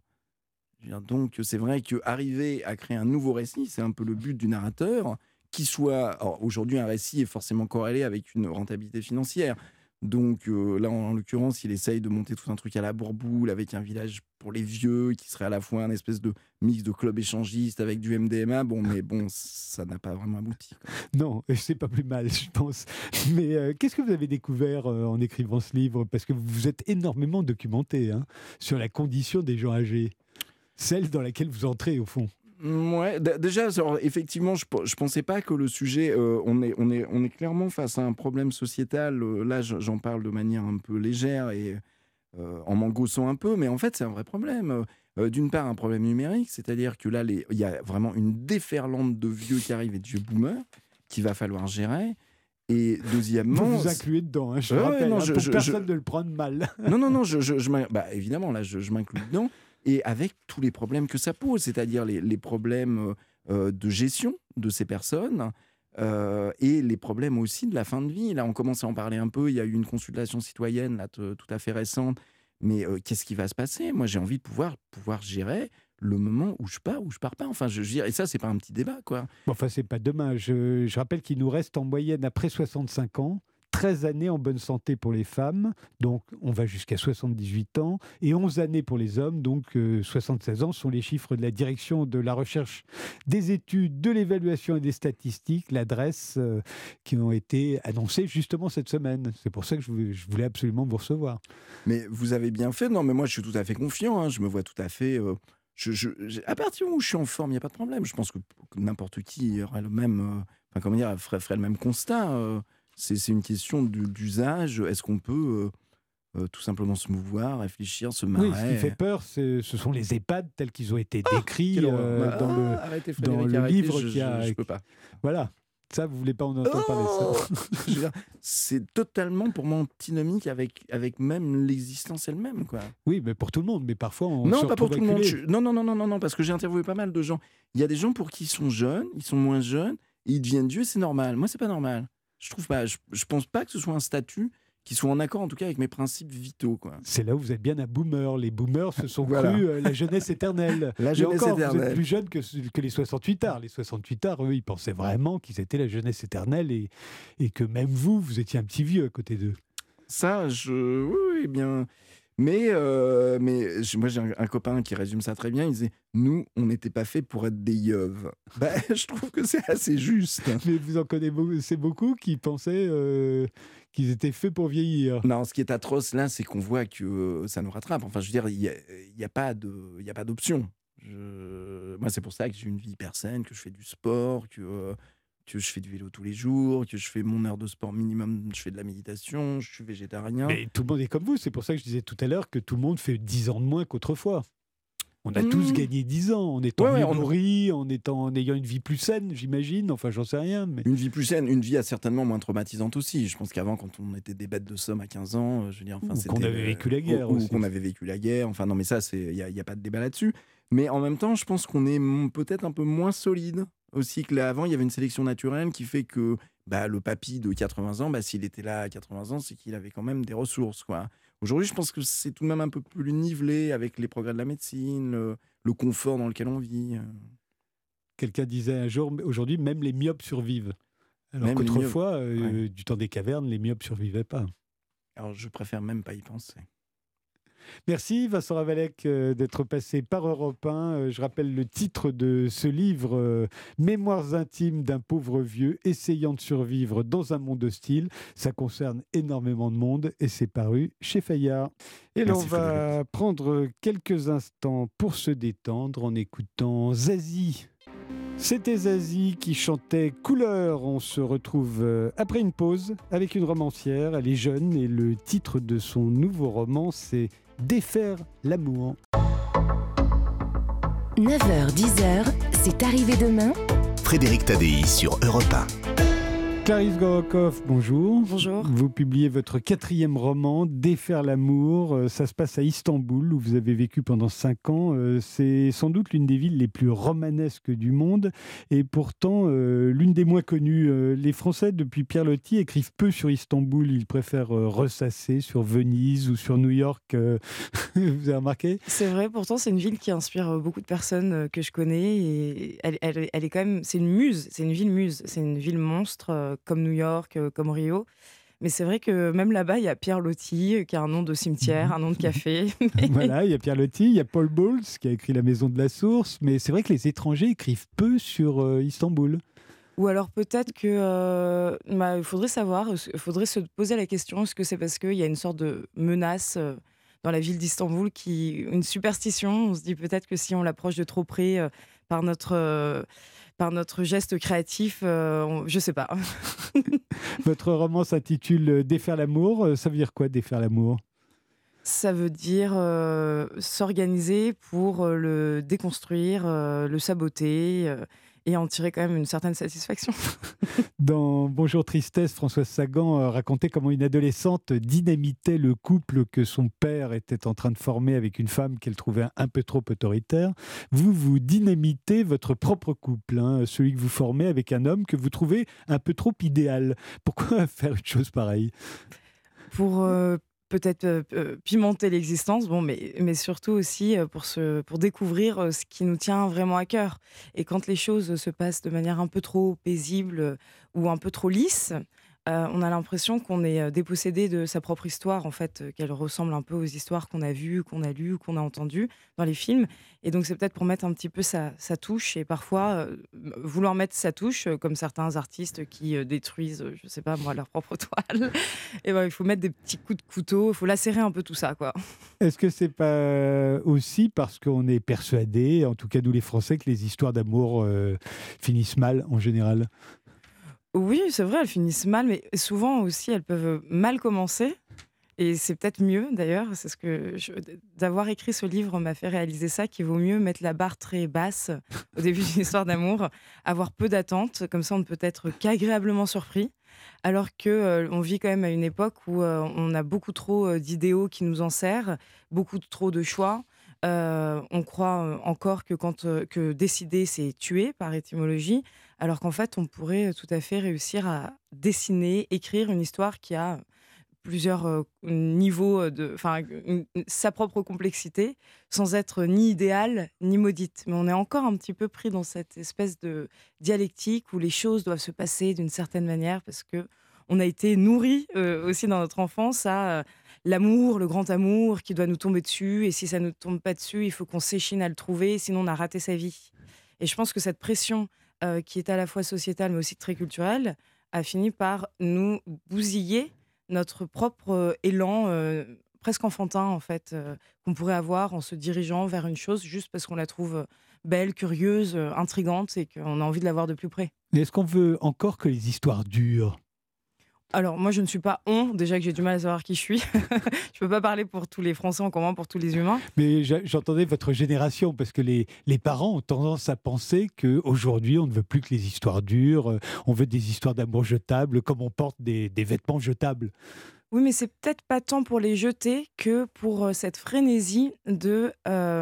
S5: Donc c'est vrai qu'arriver à créer un nouveau récit, c'est un peu le but du narrateur, qui soit... Alors, aujourd'hui, un récit est forcément corrélé avec une rentabilité financière. Donc là, en l'occurrence, il essaye de monter tout un truc à la Bourboule, avec un village pour les vieux, qui serait à la fois un espèce de mix de club échangiste avec du MDMA. Mais ça n'a pas vraiment abouti, quoi.
S3: Non, c'est pas plus mal, je pense. Mais qu'est-ce que vous avez découvert en écrivant ce livre ? Parce que vous vous êtes énormément documenté sur la condition des gens âgés, celle dans laquelle vous entrez, au fond.
S5: Ouais, déjà, effectivement, je pensais pas que le sujet, on est clairement face à un problème sociétal. Là, j'en parle de manière un peu légère et en m'angoissant un peu, mais en fait, c'est un vrai problème. D'une part, un problème numérique, c'est-à-dire que là, il y a vraiment une déferlante de vieux qui arrivent et de vieux boomers qu'il va falloir gérer. Et deuxièmement...
S3: Vous vous incluez dedans, je rappelle, pour personne de le prendre mal.
S5: Non, évidemment, là, je m'inclus dedans. Et avec tous les problèmes que ça pose, c'est-à-dire les problèmes de gestion de ces personnes et les problèmes aussi de la fin de vie. Là, on commence à en parler un peu, il y a eu une consultation citoyenne là, tout à fait récente, mais qu'est-ce qui va se passer ? Moi, j'ai envie de pouvoir gérer le moment où je pars, où je pars pas. Enfin, je veux dire, et ça, c'est pas un petit débat, quoi.
S3: Enfin, c'est pas demain. Je rappelle qu'il nous reste en moyenne, après 65 ans, 13 années en bonne santé pour les femmes, donc on va jusqu'à 78 ans, et 11 années pour les hommes, donc 76 ans sont les chiffres de la direction de la recherche, des études, de l'évaluation et des statistiques, l'adresse, qui ont été annoncées justement cette semaine. C'est pour ça que je voulais absolument vous recevoir.
S5: Mais vous avez bien fait. Non, mais moi je suis tout à fait confiant, je me vois tout à fait... à partir du moment où je suis en forme, il n'y a pas de problème. Je pense que n'importe qui aurait le même, ferait le même constat. C'est une question d'usage. Est-ce qu'on peut tout simplement se mouvoir, réfléchir, se marrer ?
S3: Oui, ce qui fait peur, ce sont les EHPAD tels qu'ils ont été décrits dans le livre qui a...
S5: Je peux pas.
S3: Voilà. Ça, vous voulez pas en entendre parler, ça.
S5: Je veux dire, c'est totalement pour moi antinomique avec même l'existence elle-même, quoi.
S3: Oui, mais pour tout le monde. Mais parfois, on
S5: non,
S3: se
S5: pas pour tout le monde.
S3: acculé.
S5: Non, parce que j'ai interviewé pas mal de gens. Il y a des gens pour qui ils sont jeunes, ils sont moins jeunes, et ils deviennent vieux, c'est normal. Moi, c'est pas normal. Je trouve pas. Je pense pas que ce soit un statut qui sont en accord en tout cas avec mes principes vitaux, quoi.
S3: C'est là où vous êtes bien un boomer. Les boomers se sont
S5: Voilà.
S3: crus la jeunesse éternelle.
S5: La
S3: Et
S5: jeunesse
S3: encore, vous
S5: éternelle.
S3: êtes plus jeune que les 68ards. Les 68ards, eux, ils pensaient vraiment qu'ils étaient la jeunesse éternelle et que même vous étiez un petit vieux à côté d'eux.
S5: Ça, oui, bien. Mais moi, j'ai un copain qui résume ça très bien. Il disait, nous, on n'était pas fait pour être des yeuves. Je trouve que c'est assez juste.
S3: Mais vous en connaissez beaucoup qui pensaient qu'ils étaient faits pour vieillir.
S5: Non, ce qui est atroce là, c'est qu'on voit que ça nous rattrape. Enfin, je veux dire, il y a pas d'option. Moi, c'est pour ça que j'ai une vie hyper saine, que je fais du sport, que je fais du vélo tous les jours, que je fais mon heure de sport minimum, je fais de la méditation, je suis végétarien.
S3: Mais tout le monde est comme vous. C'est pour ça que je disais tout à l'heure que tout le monde fait 10 ans de moins qu'autrefois. On a tous gagné 10 ans en étant mieux nourris, en ayant une vie plus saine, j'imagine. Enfin, j'en sais rien. Mais...
S5: Une vie plus saine, une vie certainement moins traumatisante aussi. Je pense qu'avant, quand on était des bêtes de somme à 15 ans, je veux dire, enfin,
S3: qu'on avait vécu la guerre aussi.
S5: Ou qu'on avait vécu la guerre. Enfin, non, mais ça, il n'y a pas de débat là-dessus. Mais en même temps, je pense qu'on est peut-être un peu moins solide aussi que là. Avant, il y avait une sélection naturelle qui fait que le papy de 80 ans, s'il était là à 80 ans, c'est qu'il avait quand même des ressources, quoi. Aujourd'hui, je pense que c'est tout de même un peu plus nivelé avec les progrès de la médecine, le confort dans lequel on vit.
S3: Quelqu'un disait un jour, aujourd'hui, même les myopes survivent. Alors qu'autrefois, du temps des cavernes, les myopes ne survivaient pas.
S5: Alors, je préfère même pas y penser.
S3: Merci Vincent Ravalec d'être passé par Europe 1. Je rappelle le titre de ce livre, Mémoires intimes d'un pauvre vieux essayant de survivre dans un monde hostile. Ça concerne énormément de monde et c'est paru chez Fayard. Et là, on va prendre quelques instants pour se détendre en écoutant Zazie. C'était Zazie qui chantait Couleur. On se retrouve après une pause avec une romancière. Elle est jeune et le titre de son nouveau roman, c'est Défaire l'amour.
S2: 9h-10h, c'est arrivé demain.
S1: Frédéric Tadei sur Europe 1.
S3: Clarisse Gorokoff, bonjour.
S6: Bonjour.
S3: Vous publiez votre 4e roman, Défaire l'amour. Ça se passe à Istanbul, où vous avez vécu pendant 5 ans. C'est sans doute l'une des villes les plus romanesques du monde, et pourtant l'une des moins connues. Les Français, depuis Pierre Loti, écrivent peu sur Istanbul. Ils préfèrent ressasser sur Venise ou sur New York. Vous avez remarqué ?
S6: C'est vrai, pourtant c'est une ville qui inspire beaucoup de personnes que je connais. Et elle est quand même, c'est une muse, c'est une ville muse, c'est une ville monstre. Comme New York, comme Rio. Mais c'est vrai que même là-bas, il y a Pierre Loti, qui a un nom de cimetière, un nom de café.
S3: Voilà, il y a Pierre Loti, il y a Paul Bowles, qui a écrit La Maison de la Source. Mais c'est vrai que les étrangers écrivent peu sur Istanbul.
S6: Ou alors peut-être que il faudrait savoir, il faudrait se poser la question, est-ce que c'est parce qu'il y a une sorte de menace dans la ville d'Istanbul, une superstition. On se dit peut-être que si on l'approche de trop près par notre geste créatif, je sais pas.
S3: Votre roman s'intitule Défaire l'amour. Ça veut dire quoi, défaire l'amour ?
S6: Ça veut dire s'organiser pour le déconstruire, le saboter et en tirer quand même une certaine satisfaction.
S3: Dans Bonjour Tristesse, Françoise Sagan racontait comment une adolescente dynamitait le couple que son père était en train de former avec une femme qu'elle trouvait un peu trop autoritaire. Vous dynamitez votre propre couple, celui que vous formez avec un homme que vous trouvez un peu trop idéal. Pourquoi faire une chose pareille ?
S6: Pour peut-être pimenter l'existence, mais surtout aussi pour découvrir ce qui nous tient vraiment à cœur. Et quand les choses se passent de manière un peu trop paisible ou un peu trop lisse, on a l'impression qu'on est dépossédé de sa propre histoire, en fait, qu'elle ressemble un peu aux histoires qu'on a vues, qu'on a lues, qu'on a entendues dans les films. Et donc c'est peut-être pour mettre un petit peu sa touche, et parfois vouloir mettre sa touche, comme certains artistes qui détruisent, je sais pas moi, leur propre toile. Et il faut mettre des petits coups de couteau, il faut lacérer un peu tout ça, quoi.
S3: Est-ce que c'est pas aussi parce qu'on est persuadé, en tout cas nous les Français, que les histoires d'amour finissent mal en général ?
S6: Oui, c'est vrai, elles finissent mal, mais souvent aussi, elles peuvent mal commencer. Et c'est peut-être mieux, d'ailleurs. C'est d'avoir écrit ce livre m'a fait réaliser ça, qu'il vaut mieux mettre la barre très basse au début d'une histoire d'amour, avoir peu d'attentes, comme ça on ne peut être qu'agréablement surpris. Alors qu'on vit quand même à une époque où on a beaucoup trop d'idéaux qui nous enserrent, beaucoup trop de choix. On croit encore que décider, c'est tuer par étymologie, alors qu'en fait, on pourrait tout à fait réussir à dessiner, écrire une histoire qui a plusieurs niveaux, sa propre complexité, sans être ni idéale ni maudite. Mais on est encore un petit peu pris dans cette espèce de dialectique où les choses doivent se passer d'une certaine manière parce que on a été nourris aussi dans notre enfance à l'amour, le grand amour qui doit nous tomber dessus. Et si ça ne nous tombe pas dessus, il faut qu'on s'échine à le trouver, sinon on a raté sa vie. Et je pense que cette pression qui est à la fois sociétale mais aussi très culturelle a fini par nous bousiller notre propre élan presque enfantin en fait qu'on pourrait avoir en se dirigeant vers une chose juste parce qu'on la trouve belle, curieuse, intrigante et qu'on a envie de la voir de plus près.
S3: Est-ce qu'on veut encore que les histoires durent ?
S6: Alors moi je ne suis pas déjà que j'ai du mal à savoir qui je suis. Je peux pas parler pour tous les Français, encore moins pour tous les humains.
S3: Mais j'entendais votre génération, parce que les parents ont tendance à penser qu'aujourd'hui, on ne veut plus que les histoires durent, on veut des histoires d'amour jetables, comme on porte des vêtements jetables.
S6: Oui, mais c'est peut-être pas tant pour les jeter que pour cette frénésie de...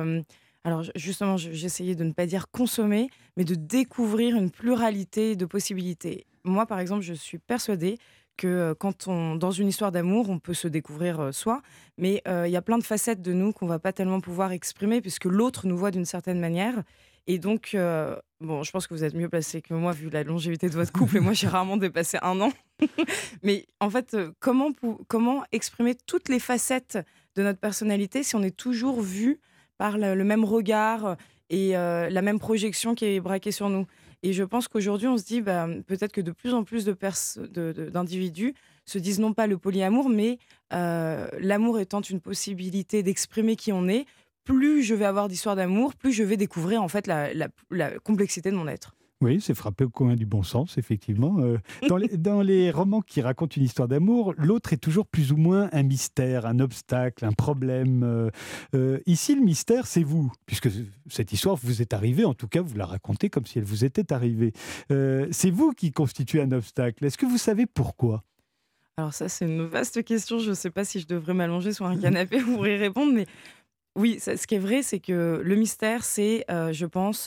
S6: alors justement, j'essayais de ne pas dire consommer, mais de découvrir une pluralité de possibilités. Moi, par exemple, je suis persuadée que dans une histoire d'amour, on peut se découvrir soi, mais il y a plein de facettes de nous qu'on va pas tellement pouvoir exprimer puisque l'autre nous voit d'une certaine manière. Et donc, je pense que vous êtes mieux placé que moi vu la longévité de votre couple et moi j'ai rarement dépassé 1 an. Mais en fait, comment exprimer toutes les facettes de notre personnalité si on est toujours vu par le même regard et la même projection qui est braquée sur nous. Et je pense qu'aujourd'hui, on se dit peut-être que de plus en plus d'individus se disent non pas le polyamour, mais l'amour étant une possibilité d'exprimer qui on est, plus je vais avoir d'histoires d'amour, plus je vais découvrir en fait la complexité de mon être.
S3: Oui, c'est frappé au coin du bon sens, effectivement. Dans les romans qui racontent une histoire d'amour, l'autre est toujours plus ou moins un mystère, un obstacle, un problème. Ici, le mystère, c'est vous, puisque cette histoire vous est arrivée, en tout cas, vous la racontez comme si elle vous était arrivée. C'est vous qui constituez un obstacle. Est-ce que vous savez pourquoi ?
S6: Alors ça, c'est une vaste question. Je ne sais pas si je devrais m'allonger sur un canapé pour y répondre, mais oui, ce qui est vrai, c'est que le mystère, c'est, je pense,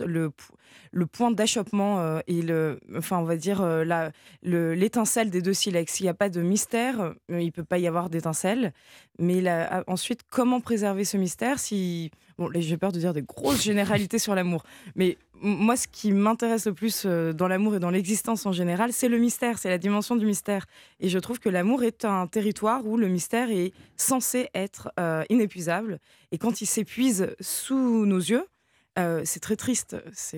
S6: le point d'achoppement et on va dire l'étincelle des deux silex. S'il n'y a pas de mystère, il ne peut pas y avoir d'étincelle. Mais ensuite, comment préserver ce mystère Bon, là, j'ai peur de dire des grosses généralités sur l'amour. Mais moi, ce qui m'intéresse le plus dans l'amour et dans l'existence en général, c'est le mystère, c'est la dimension du mystère. Et je trouve que l'amour est un territoire où le mystère est censé être inépuisable. Et quand il s'épuise sous nos yeux, c'est très triste.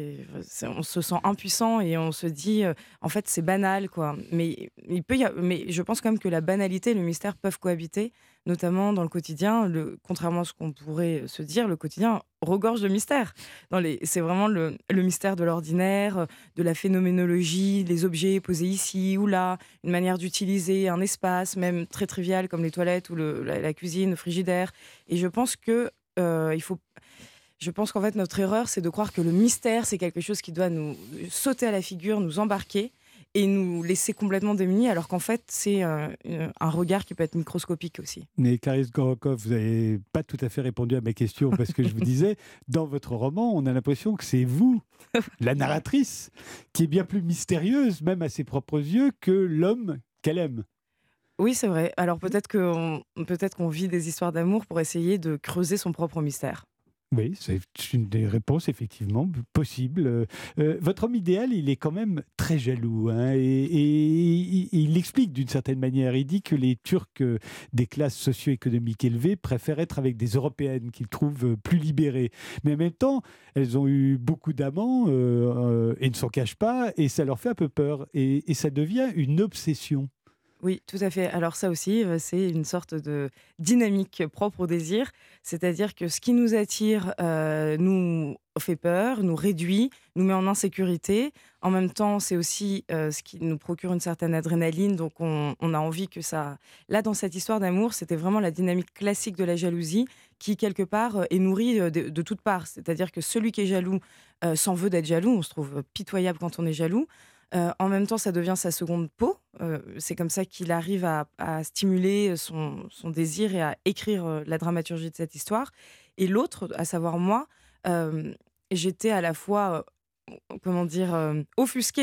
S6: On se sent impuissant et on se dit, en fait, c'est banal, quoi. Mais mais je pense quand même que la banalité et le mystère peuvent cohabiter, notamment dans le quotidien. Contrairement à ce qu'on pourrait se dire, le quotidien regorge de mystères. C'est vraiment le mystère de l'ordinaire, de la phénoménologie, les objets posés ici ou là, une manière d'utiliser un espace, même très trivial comme les toilettes ou la cuisine, le frigidaire. Et je pense que je pense qu'en fait, notre erreur, c'est de croire que le mystère, c'est quelque chose qui doit nous sauter à la figure, nous embarquer et nous laisser complètement démunis, alors qu'en fait, c'est un regard qui peut être microscopique aussi.
S3: Mais Clarisse Gorokoff, vous n'avez pas tout à fait répondu à ma question, parce que je vous disais, dans votre roman, on a l'impression que c'est vous, la narratrice, qui est bien plus mystérieuse, même à ses propres yeux, que l'homme qu'elle aime.
S6: Oui, c'est vrai. Alors peut-être qu'on vit des histoires d'amour pour essayer de creuser son propre mystère.
S3: Oui, c'est une des réponses effectivement possibles. Votre homme idéal, il est quand même très jaloux, hein, et il l'explique d'une certaine manière. Il dit que les Turcs des classes socio-économiques élevées préfèrent être avec des Européennes qu'ils trouvent plus libérées. Mais en même temps, elles ont eu beaucoup d'amants et ne s'en cachent pas, et ça leur fait un peu peur. Et ça devient une obsession.
S6: Oui, tout à fait. Alors ça aussi, c'est une sorte de dynamique propre au désir. C'est-à-dire que ce qui nous attire nous fait peur, nous réduit, nous met en insécurité. En même temps, c'est aussi ce qui nous procure une certaine adrénaline. Donc on a envie que ça... Là, dans cette histoire d'amour, c'était vraiment la dynamique classique de la jalousie qui, quelque part, est nourrie de toutes parts. C'est-à-dire que celui qui est jaloux s'en veut d'être jaloux. On se trouve pitoyable quand on est jaloux. En même temps, ça devient sa seconde peau. C'est comme ça qu'il arrive à stimuler son désir et à écrire la dramaturgie de cette histoire. Et l'autre, à savoir moi, j'étais à la fois, offusquée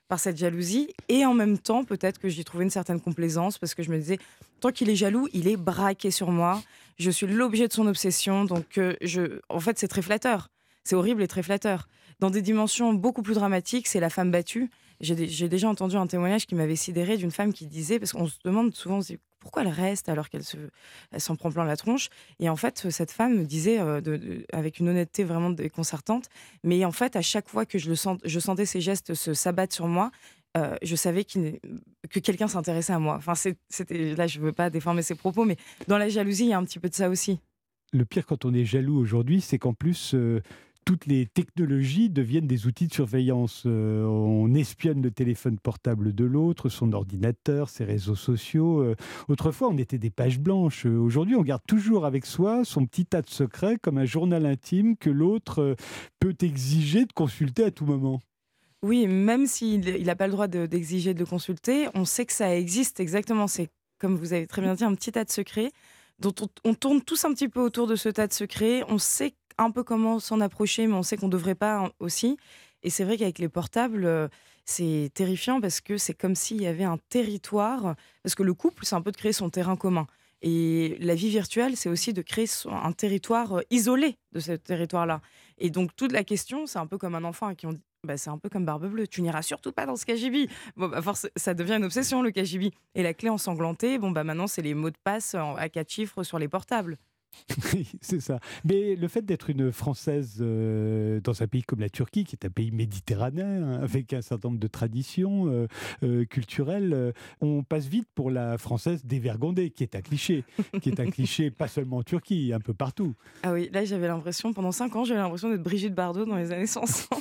S6: par cette jalousie, et en même temps, peut-être que j'y trouvais une certaine complaisance, parce que je me disais, tant qu'il est jaloux, il est braqué sur moi, je suis l'objet de son obsession, donc en fait, c'est très flatteur. C'est horrible et très flatteur. Dans des dimensions beaucoup plus dramatiques, c'est la femme battue. J'ai déjà entendu un témoignage qui m'avait sidéré d'une femme qui disait, parce qu'on se demande souvent, on se dit, pourquoi elle reste alors qu'elle s'en prend plein la tronche. Et en fait, cette femme me disait, avec une honnêteté vraiment déconcertante, mais en fait, à chaque fois que je sentais ses gestes s'abattre sur moi, je savais que quelqu'un s'intéressait à moi. Enfin, c'était, là, je ne veux pas déformer ses propos, mais dans la jalousie, il y a un petit peu de ça aussi.
S3: Le pire quand on est jaloux aujourd'hui, c'est qu'en plus, toutes les technologies deviennent des outils de surveillance. On espionne le téléphone portable de l'autre, son ordinateur, ses réseaux sociaux. Autrefois, on était des pages blanches. Aujourd'hui, on garde toujours avec soi son petit tas de secrets comme un journal intime que l'autre peut exiger de consulter à tout moment.
S6: Oui, même s'il n'a pas le droit d'exiger de le consulter, on sait que ça existe exactement. C'est, comme vous avez très bien dit, un petit tas de secrets dont on tourne tous un petit peu autour de ce tas de secrets. On sait un peu comment s'en approcher, mais on sait qu'on ne devrait pas aussi. Et c'est vrai qu'avec les portables, c'est terrifiant parce que c'est comme s'il y avait un territoire. Parce que le couple, c'est un peu de créer son terrain commun. Et la vie virtuelle, c'est aussi de créer un territoire isolé de ce territoire-là. Et donc, toute la question, c'est un peu comme un enfant à qui on dit, c'est un peu comme Barbe Bleue, tu n'iras surtout pas dans ce KGB. Force, ça devient une obsession, le KGB. Et la clé ensanglantée, maintenant, c'est les mots de passe à 4 chiffres sur les portables.
S3: Oui, c'est ça. Mais le fait d'être une Française dans un pays comme la Turquie, qui est un pays méditerranéen, avec un certain nombre de traditions culturelles, on passe vite pour la Française dévergondée, qui est un cliché. Qui est un cliché pas seulement en Turquie, un peu partout.
S6: Ah oui, là j'avais l'impression, pendant 5 ans, j'avais l'impression d'être Brigitte Bardot dans les années 60.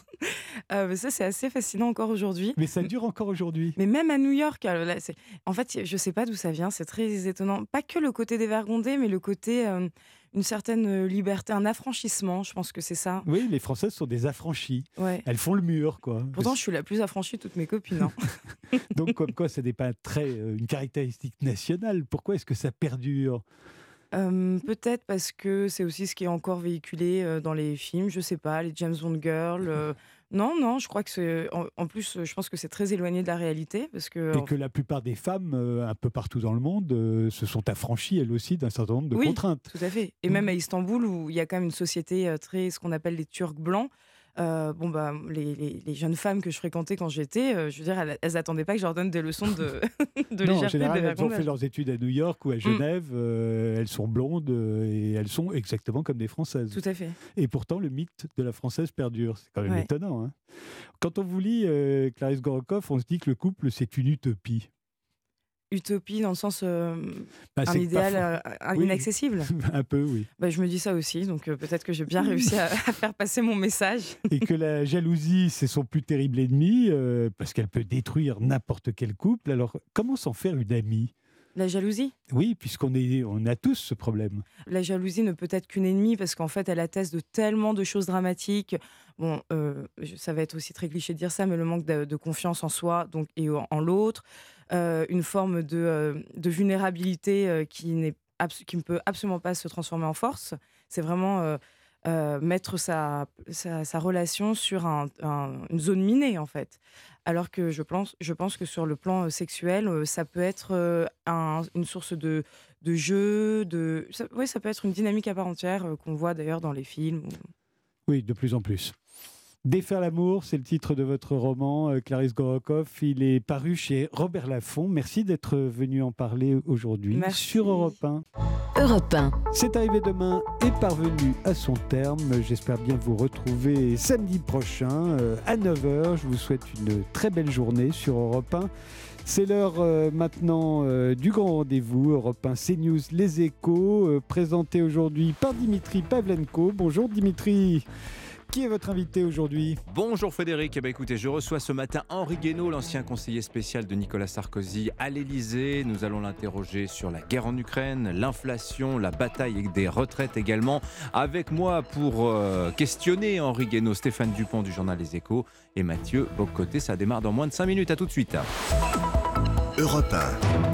S6: Mais ça, c'est assez fascinant encore aujourd'hui.
S3: Mais ça dure encore aujourd'hui.
S6: Mais même à New York, là, en fait, je ne sais pas d'où ça vient, c'est très étonnant. Pas que le côté dévergondé, mais le côté, une certaine liberté, un affranchissement, je pense que c'est ça.
S3: Oui, les Françaises sont des affranchies.
S6: Ouais.
S3: Elles font le mur, quoi.
S6: Pourtant, je suis la plus affranchie de toutes mes copines. Hein.
S3: Donc, comme quoi, ça n'est pas une caractéristique nationale. Pourquoi est-ce que ça perdure ?
S6: Peut-être parce que c'est aussi ce qui est encore véhiculé dans les films, je sais pas, les James Bond Girls. Non, je crois que c'est. En plus, je pense que c'est très éloigné de la réalité. Parce que,
S3: et que la plupart des femmes, un peu partout dans le monde, se sont affranchies, elles aussi, d'un certain nombre de contraintes.
S6: Tout à fait. Et même à Istanbul, où il y a quand même une société ce qu'on appelle les Turcs blancs. Les jeunes femmes que je fréquentais quand j'étais, je veux dire, elles n'attendaient pas que je leur donne des leçons de légèreté.
S3: Non, en général, elles ont fait leurs études à New York ou à Genève. Elles sont blondes et elles sont exactement comme des Françaises.
S6: Tout à fait.
S3: Et pourtant, le mythe de la Française perdure. C'est quand même étonnant. Hein. Quand on vous lit Clarisse Gorokoff, on se dit que le couple, c'est une utopie.
S6: Utopie dans le sens un idéal inaccessible.
S3: Un peu, oui.
S6: Je me dis ça aussi, donc peut-être que j'ai bien réussi à faire passer mon message.
S3: Et que la jalousie, c'est son plus terrible ennemi, parce qu'elle peut détruire n'importe quel couple. Alors, comment s'en faire une amie ?
S6: La jalousie ?
S3: Oui, puisqu'on a tous ce problème.
S6: La jalousie ne peut être qu'une ennemie, parce qu'en fait, elle atteste de tellement de choses dramatiques. Ça va être aussi très cliché de dire ça, mais le manque de confiance en soi et en l'autre. Une forme de vulnérabilité qui ne peut absolument pas se transformer en force. C'est vraiment mettre sa relation sur une zone minée, en fait. Alors que je pense que sur le plan sexuel, ça peut être une source de jeu. Ça peut être une dynamique à part entière qu'on voit d'ailleurs dans les films.
S3: Oui, de plus en plus. Défaire l'amour, c'est le titre de votre roman, Clarisse Gorokoff. Il est paru chez Robert Laffont. Merci d'être venu en parler aujourd'hui.
S6: Merci.
S3: Sur Europe 1.
S2: Europe 1.
S3: C'est arrivé demain est parvenu à son terme. J'espère bien vous retrouver samedi prochain à 9h. Je vous souhaite une très belle journée sur Europe 1. C'est l'heure maintenant du grand rendez-vous, Europe 1 CNews Les Échos, présenté aujourd'hui par Dimitri Pavlenko. Bonjour Dimitri. Qui est votre invité aujourd'hui ?
S7: Bonjour Frédéric, écoutez, je reçois ce matin Henri Guénaud, l'ancien conseiller spécial de Nicolas Sarkozy à l'Élysée. Nous allons l'interroger sur la guerre en Ukraine, l'inflation, la bataille des retraites également. Avec moi pour questionner Henri Guénaud, Stéphane Dupont du journal Les Échos et Mathieu Bocoté. Ça démarre dans moins de 5 minutes, à tout de suite.
S1: Europe 1.